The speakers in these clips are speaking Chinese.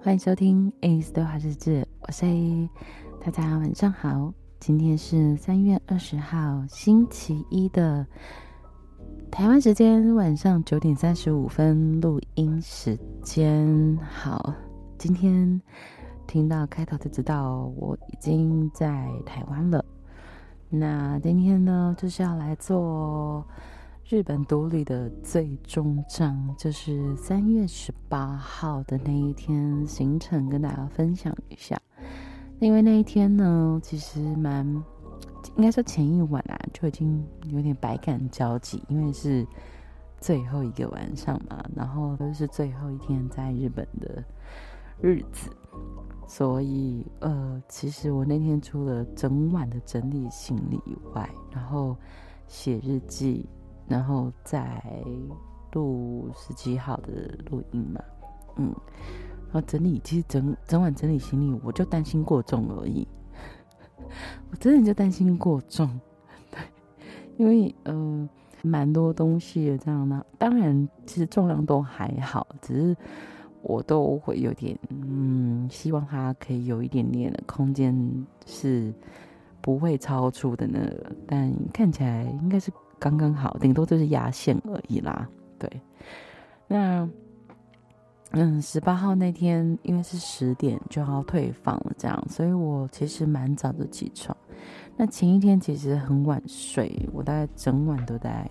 欢迎收听 A's 对话日志，我是 A， 大家晚上好。今天是3月20号星期一的台湾时间晚上9点35分录音时间。好，今天听到开头就知道我已经在台湾了。那今天呢，就是要来做日本独立的最终章，就是3月18号的那一天行程跟大家分享一下。因为那一天呢，其实应该说前一晚就已经有点百感交集，因为是最后一个晚上嘛，然后都是最后一天在日本的日子，所以其实我那天除了整晚的整理行李以外，然后写日记，然后再录17号的录音嘛，然后整理，其实整晚整理行李，我就担心过重而已。我真的就担心过重，对，因为蛮多东西的这样呢。当然，其实重量都还好，只是我都会有点希望它可以有一点点的空间是不会超出的那个，但看起来应该是刚刚好，顶多就是压线而已啦。对，那18号那天因为是10点就要退房了，这样，所以我其实蛮早就起床。那前一天其实很晚睡，我大概整晚都在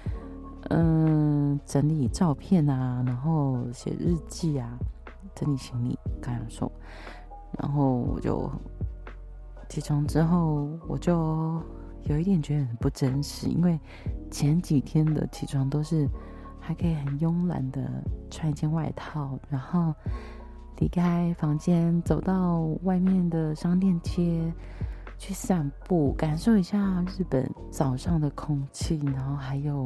整理照片啊，然后写日记啊，整理行李，刚刚说，然后我就起床之后，我就有一点觉得很不真实，因为前几天的起床都是还可以很慵懒的穿一件外套，然后离开房间，走到外面的商店街去散步，感受一下日本早上的空气，然后还有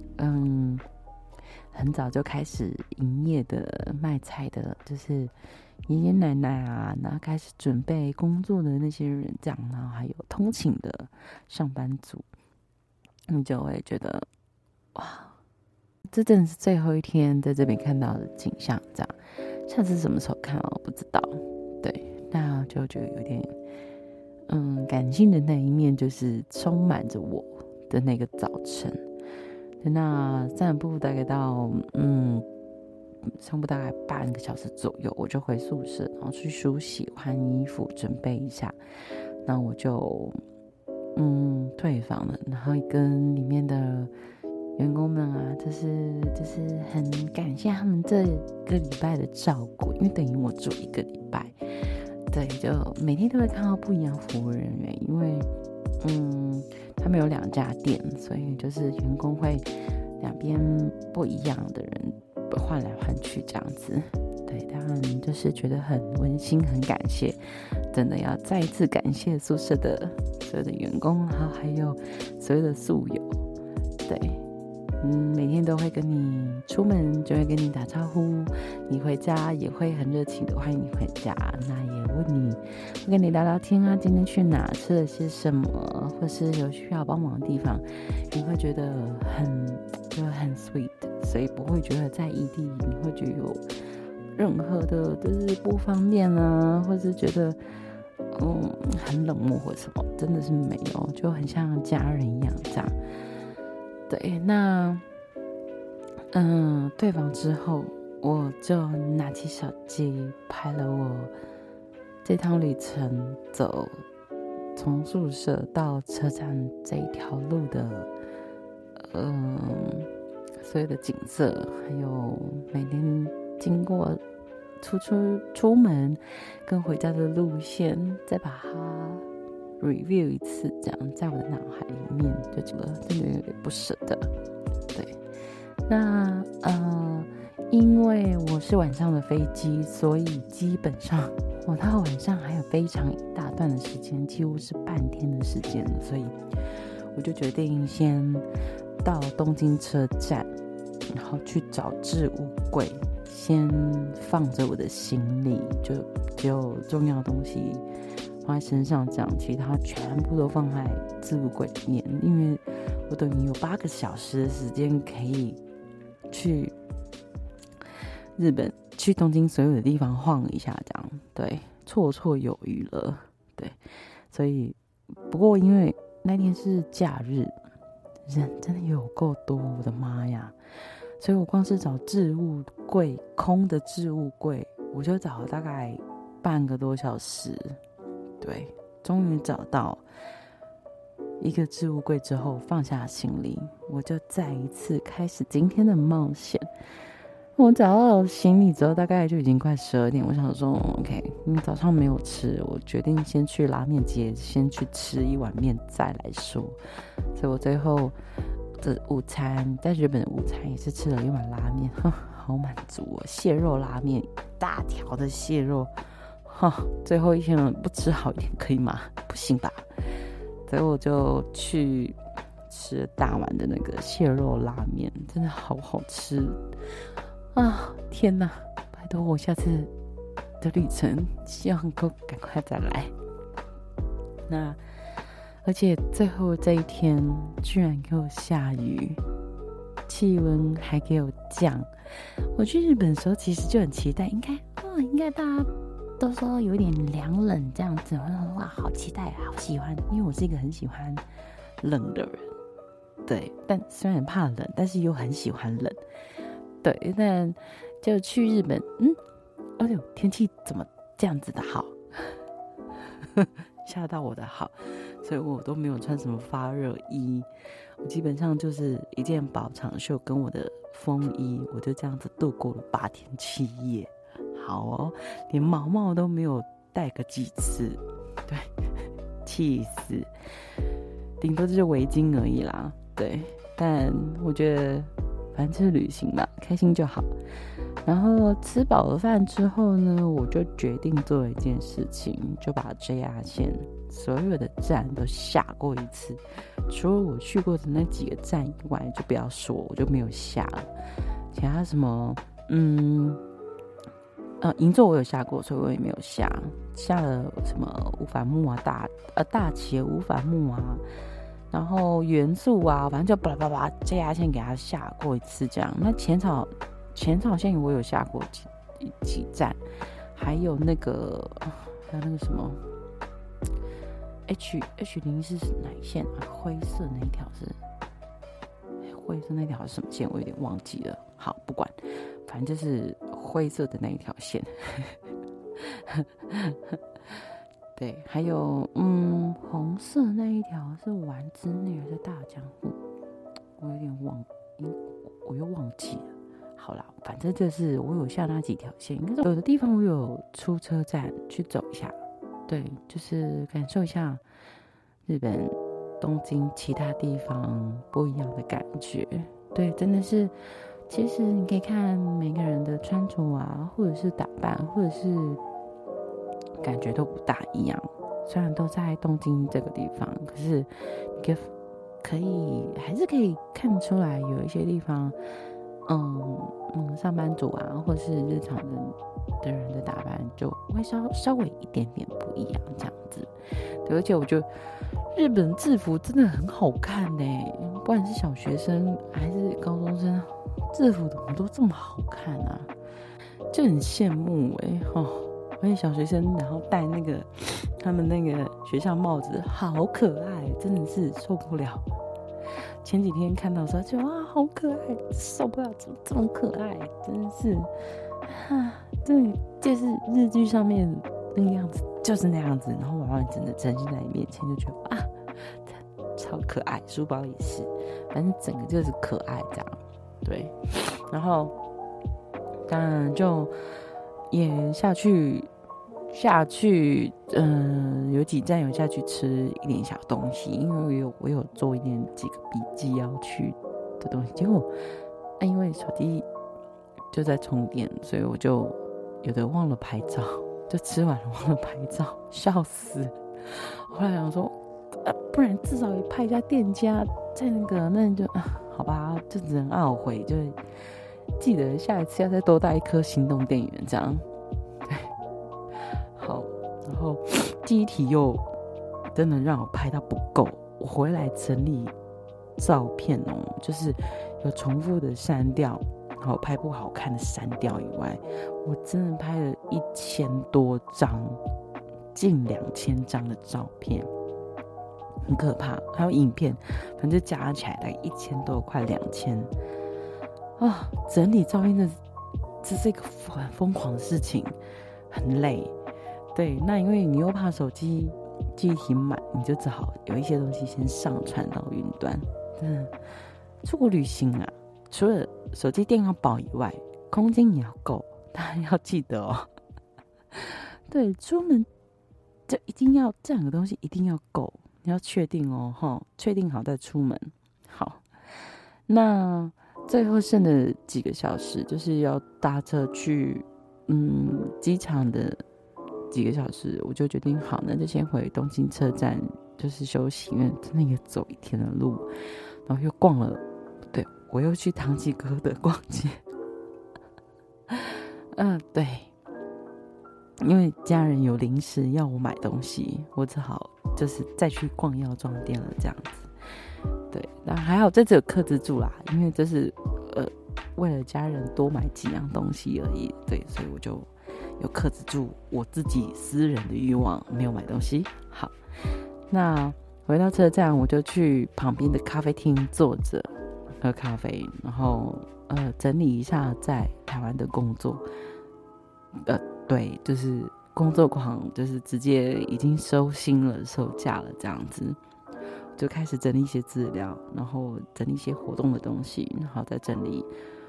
很早就开始营业的卖菜的，就是爷爷奶奶啊，然后开始准备工作的那些人这样，然后还有通勤的上班族，你就会觉得哇，这真的是最后一天在这边看到的景象，这样，下次什么时候看我不知道。对，那就觉得有点感性的那一面就是充满着我的那个早晨。那散步大概到散步大概半个小时左右，我就回宿舍，然后去梳洗换衣服准备一下，那我就退房了，然后跟里面的员工们啊，就是很感谢他们这个礼拜的照顾，因为等于我住1个礼拜，对，就每天都会看到不一样服务人员，因为他们有2家店，所以就是员工会两边不一样的人换来换去这样子，对，当然就是觉得很温馨，很感谢，真的要再一次感谢宿舍的所有的员工，然后还有所有的宿友，对。每天都会跟你出门就会跟你打招呼，你回家也会很热情的欢迎你回家，那也问你，会跟你聊聊天啊，今天去哪，吃了些什么，或是有需要帮忙的地方，你会觉得很 sweet， 所以不会觉得在异地你会觉得有任何的就是不方便啊，或是觉得很冷漠或什么，真的是没有，就很像家人一样这样。对，那退房之后，我就拿起手机拍了我这趟旅程走从宿舍到车站这一条路的所有的景色，还有每天经过出门跟回家的路线，再把它review 一次，这样在我的脑海里面就觉得真的有点不舍得。对，那因为我是晚上的飞机，所以基本上我到晚上还有非常一大段的时间，几乎是半天的时间，所以我就决定先到东京车站，然后去找置物柜，先放着我的行李，就只有重要的东西放在身上，这样其他全部都放在置物柜里面，因为我等于有8个小时的时间可以去日本去东京所有的地方晃一下，这样对，绰绰有余了。对，所以不过因为那天是假日，人真的有够多，我的妈呀！所以我光是找置物柜，空的置物柜，我就找了大概半个多小时。对，终于找到一个置物柜之后，放下行李，我就再一次开始今天的冒险。我找到行李之后，大概就已经快12点。我想说 ，OK， 因为早上没有吃，我决定先去拉面街，先去吃一碗面再来说。所以我最后的午餐，在日本的午餐也是吃了一碗拉面，好满足哦！蟹肉拉面，大条的蟹肉，最后一天了，不吃好一点可以吗？不行吧？所以我就去吃了大碗的那个蟹肉拉面，真的好好吃啊！天哪，拜托我下次的旅程希望能够赶快再来。那而且最后这一天居然给我下雨，气温还给我降。我去日本的时候其实就很期待，应该大家都说有点凉冷这样子，我说哇，好期待，好喜欢，因为我是一个很喜欢冷的人。对，但虽然怕冷，但是又很喜欢冷。对，但就去日本，哎呦，天气怎么这样子的好？吓到我的好，所以我都没有穿什么发热衣，我基本上就是一件薄长袖跟我的风衣，我就这样子度过了8天7夜。好哦，连毛毛都没有戴个几次，对，气死，顶多就是围巾而已啦。对，但我觉得反正就是旅行嘛，开心就好。然后吃饱了饭之后呢，我就决定做一件事情，就把 JR 线所有的站都下过一次，除了我去过的那几个站以外，就不要说，我就没有下了。其他什么，银座我有下过，所以我也没有下了什么五反目啊，大崎五反目啊，然后元素啊，反正就巴拉巴拉 JR 线给他下过一次这样。那浅草线我有下过几站，还有那个什么 H0是哪一线啊？灰色那条是什么线？我有点忘记了。好，不管，反正就是灰色的那一条线。对，还有红色那一条是丸之内还是大江户？我有点我又忘记了。好啦，反正就是我有下那几条线，应该是有的地方我有出车站去走一下，对，就是感受一下日本东京其他地方不一样的感觉。对，真的是，其实你可以看每个人的穿着啊，或者是打扮，或者是感觉都不大一样。虽然都在东京这个地方，可是你还是可以看出来有一些地方。上班族啊，或是日常的人的打扮就会稍微一点点不一样，这样子。对，而且我觉得日本制服真的很好看欸，不管是小学生还是高中生，制服怎么都这么好看啊，就很羡慕欸。而且小学生然后戴那个他们那个学校帽子，好可爱，真的是受不了。前几天看到的时候就哇好可爱，受不了，怎么这么可爱，真的是这就是日剧上面那个样子，就是那样子，然后完完整整呈现在你面前，就觉得超可爱。书包也是，反正整个就是可爱这样。对，然后当然就也下去有几站有下去吃一点小东西，因为我有做几个笔记要去的东西，结果因为手机就在充电，所以我就有的忘了拍照，就吃完了忘了拍照，笑死。后来想说不然至少也拍一下店家在那就好吧，就只能懊悔，就记得下一次要再多带一颗行动电源这样。对，好，然后记忆体又真的让我拍到不够，我回来整理照片就是有重复的删掉，然然后拍不好看的删掉以外，我真的拍了1000多张，近2000张的照片，很可怕。还有影片，反正加起来大概1000多，快2000啊！整理照片这是一个很疯狂的事情，很累。对，那因为你又怕手机记忆体满，你就只好有一些东西先上传到云端。出国旅行啊，除了手机电要饱以外，空间也要够，大家要记得哦。对，出门就一定要这两个东西一定要够，你要确定哦，确定好再出门。好，那最后剩的几个小时，就是要搭车去机场的几个小时，我就决定好，那就先回东京车站，就是休息，因为真的也走一天的路，然后又逛了，对，我又去唐吉诃德逛街。对，因为家人有临时要我买东西，我只好就是再去逛药妆店了，这样子。对，那还好这次有克制住啦，因为这是为了家人多买几样东西而已。对，所以我就有克制住我自己私人的欲望，没有买东西。好，那回到车站，我就去旁边的咖啡厅坐着喝咖啡，然后整理一下在台湾的工作。对，就是工作狂，就是直接已经收心了、收假了这样子，就开始整理一些资料，然后整理一些活动的东西，然后再整理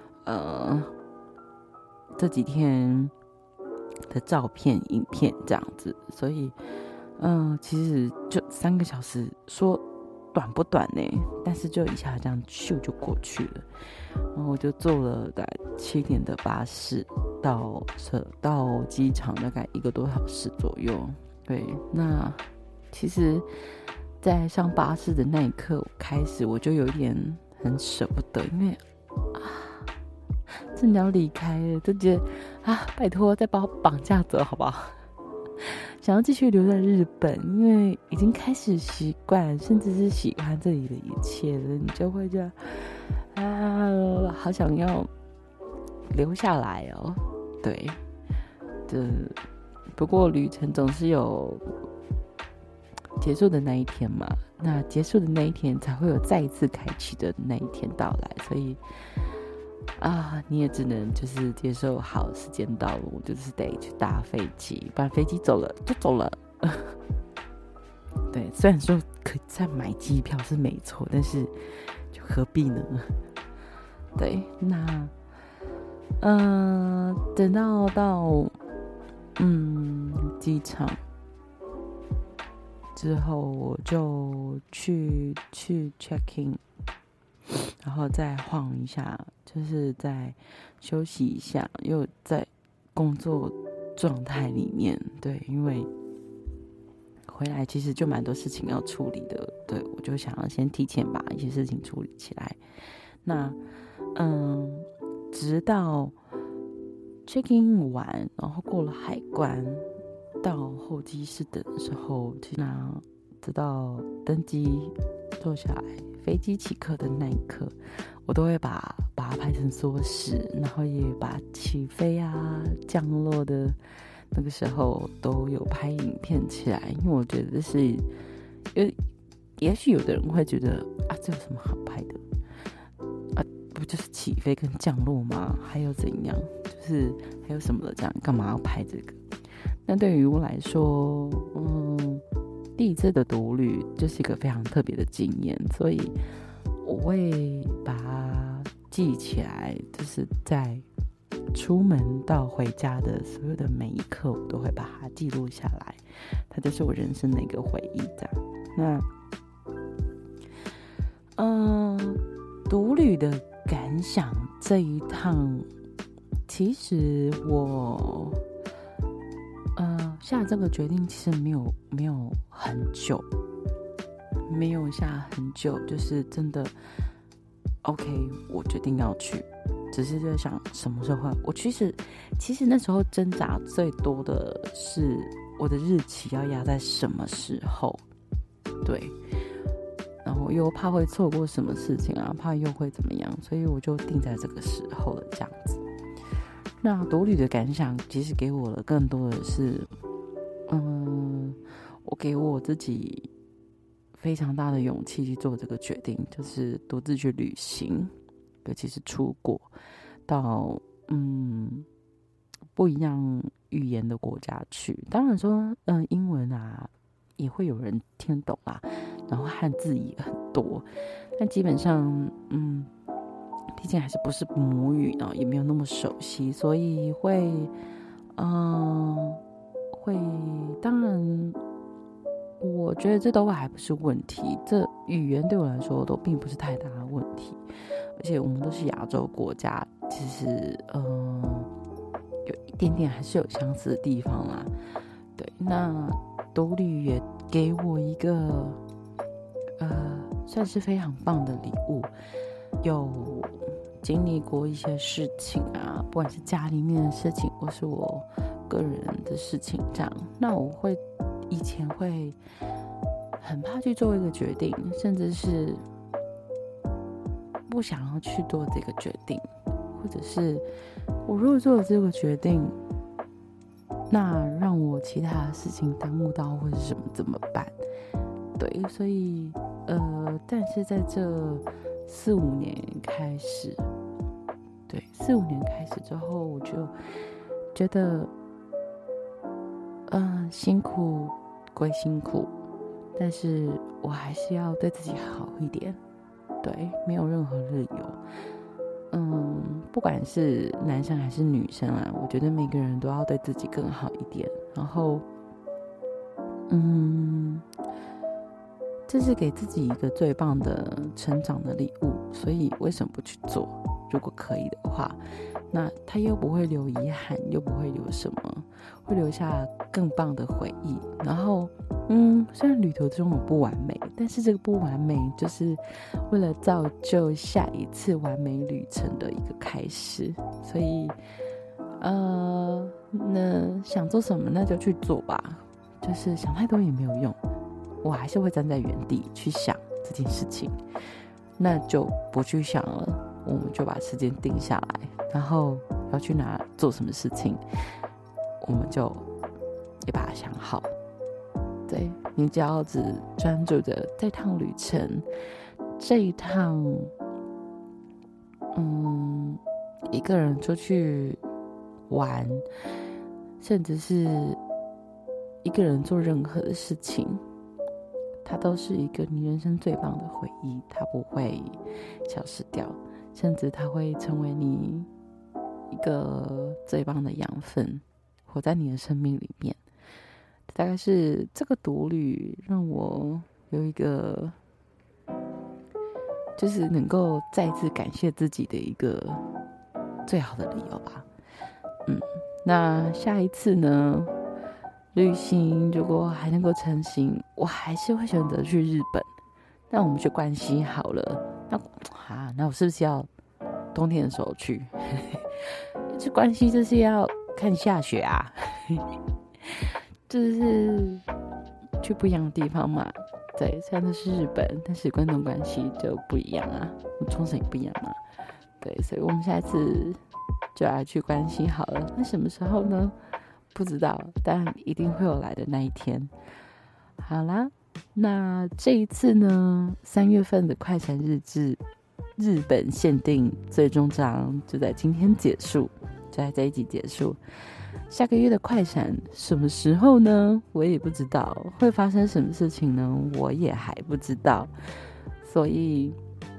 这几天的照片、影片这样子。所以其实就3个小时，说短不短呢？但是就一下这样咻就过去了。然后我就坐了大概7点的巴士到机场，大概1个多小时左右。对，那其实在上巴士的那一刻我就有一点很舍不得，因为真的要离开了，就觉得拜托再把我绑架走好不好？想要继续留在日本，因为已经开始习惯，甚至是喜欢这里的一切了，你就会觉得好想要留下来哦。对，不过旅程总是有结束的那一天嘛，那结束的那一天才会有再一次开启的那一天到来，所以你也只能就是接受，好，时间到了，我就是得去搭飞机，不然飞机走了就走了。对，虽然说可以再买机票是没错，但是就何必呢？对，那等到机场之后，我就去 check in， 然后再晃一下，就是再休息一下，又在工作状态里面。对，因为回来其实就蛮多事情要处理的，对，我就想要先提前把一些事情处理起来。那直到 check in 完，然后过了海关，到候机室等的时候，那直到登机坐下来，飞机起客的那一刻，我都会把它拍成缩时，然后也把起飞降落的那个时候都有拍影片起来，因为我觉得是也许有的人会觉得这有什么好拍的不就是起飞跟降落吗？还有怎样？就是还有什么的，这样干嘛要拍这个？那对于我来说，第一次的独旅就是一个非常特别的经验，所以我会把它记起来，就是在出门到回家的所有的每一刻，我都会把它记录下来，它就是我人生的一个回忆这样。那独旅的感想，这一趟其实我下这个决定其实没有很久，没有下很久，就是真的 OK， 我决定要去，只是在想什么时候会。我其实那时候挣扎最多的是我的日期要压在什么时候，对。然后我又怕会错过什么事情啊，怕又会怎么样，所以我就定在这个时候了这样子。那独旅的感想其实给我的更多的是我给我自己非常大的勇气去做这个决定，就是独自去旅行，尤其是出国到不一样语言的国家去。当然说英文啊也会有人听懂啦，然后汉字也很多，但基本上毕竟还是不是母语呢，也没有那么熟悉，所以会当然我觉得这都还不是问题，这语言对我来说都并不是太大的问题，而且我们都是亚洲国家，其实有一点点还是有相似的地方啦。对，那独旅也给我一个算是非常棒的礼物，有经历过一些事情啊，不管是家里面的事情或是我个人的事情这样，那我以前会很怕去做一个决定，甚至是不想要去做这个决定，或者是我如果做了这个决定，那让我其他的事情耽误到或是什么怎么办？对，所以但是在这4-5年开始，对，4-5年开始之后，我就觉得辛苦归辛苦，但是我还是要对自己好一点。对，没有任何理由。不管是男生还是女生啊，我觉得每个人都要对自己更好一点。然后，这是给自己一个最棒的成长的礼物，所以为什么不去做？如果可以的话，那他又不会留遗憾，又不会留什么，会留下更棒的回忆。然后，虽然旅途中有不完美，但是这个不完美就是为了造就下一次完美旅程的一个开始。所以，那想做什么那就去做吧，就是想太多也没有用。我还是会站在原地去想这件事情，那就不去想了，我们就把时间定下来，然后要去哪做什么事情，我们就也把它想好。对，你只要只专注的这趟旅程，这一趟一个人出去玩，甚至是一个人做任何的事情，它都是一个你人生最棒的回忆，它不会消失掉，甚至它会成为你一个最棒的养分，活在你的生命里面。大概是这个独旅让我有一个就是能够再次感谢自己的一个最好的理由吧。那下一次呢，旅行如果还能够成行，我还是会选择去日本。那我们去关西好了。那我是不是要冬天的时候去？去关西就是要看下雪啊，就是去不一样的地方嘛。对，虽然都是日本，但是关东关西就不一样啊，冲绳也不一样嘛。对，所以我们下一次就要去关西好了。那什么时候呢？不知道，但一定会有来的那一天。好啦，那这一次呢，3月份的快闪日志日本限定最终章就在今天结束，就在这一集结束。下个月的快闪什么时候呢？我也不知道，会发生什么事情呢？我也还不知道。所以，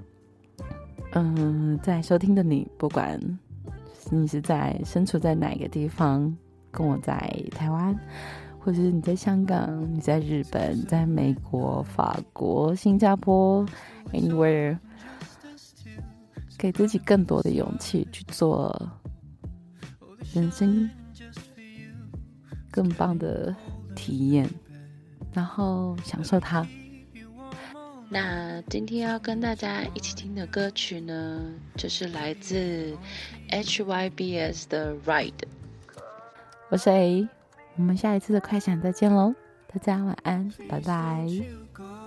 在收听的你，不管你是身处在哪个地方，跟我在台湾，或者是你在香港，你在日本，在美国、法国、新加坡 anywhere， 给自己更多的勇气去做人生更棒的体验，然后享受它。那今天要跟大家一起听的歌曲呢，就是来自 HYBS 的 Ride。 我是 A， 我们下一次的快闪再见咯，大家晚安，拜拜。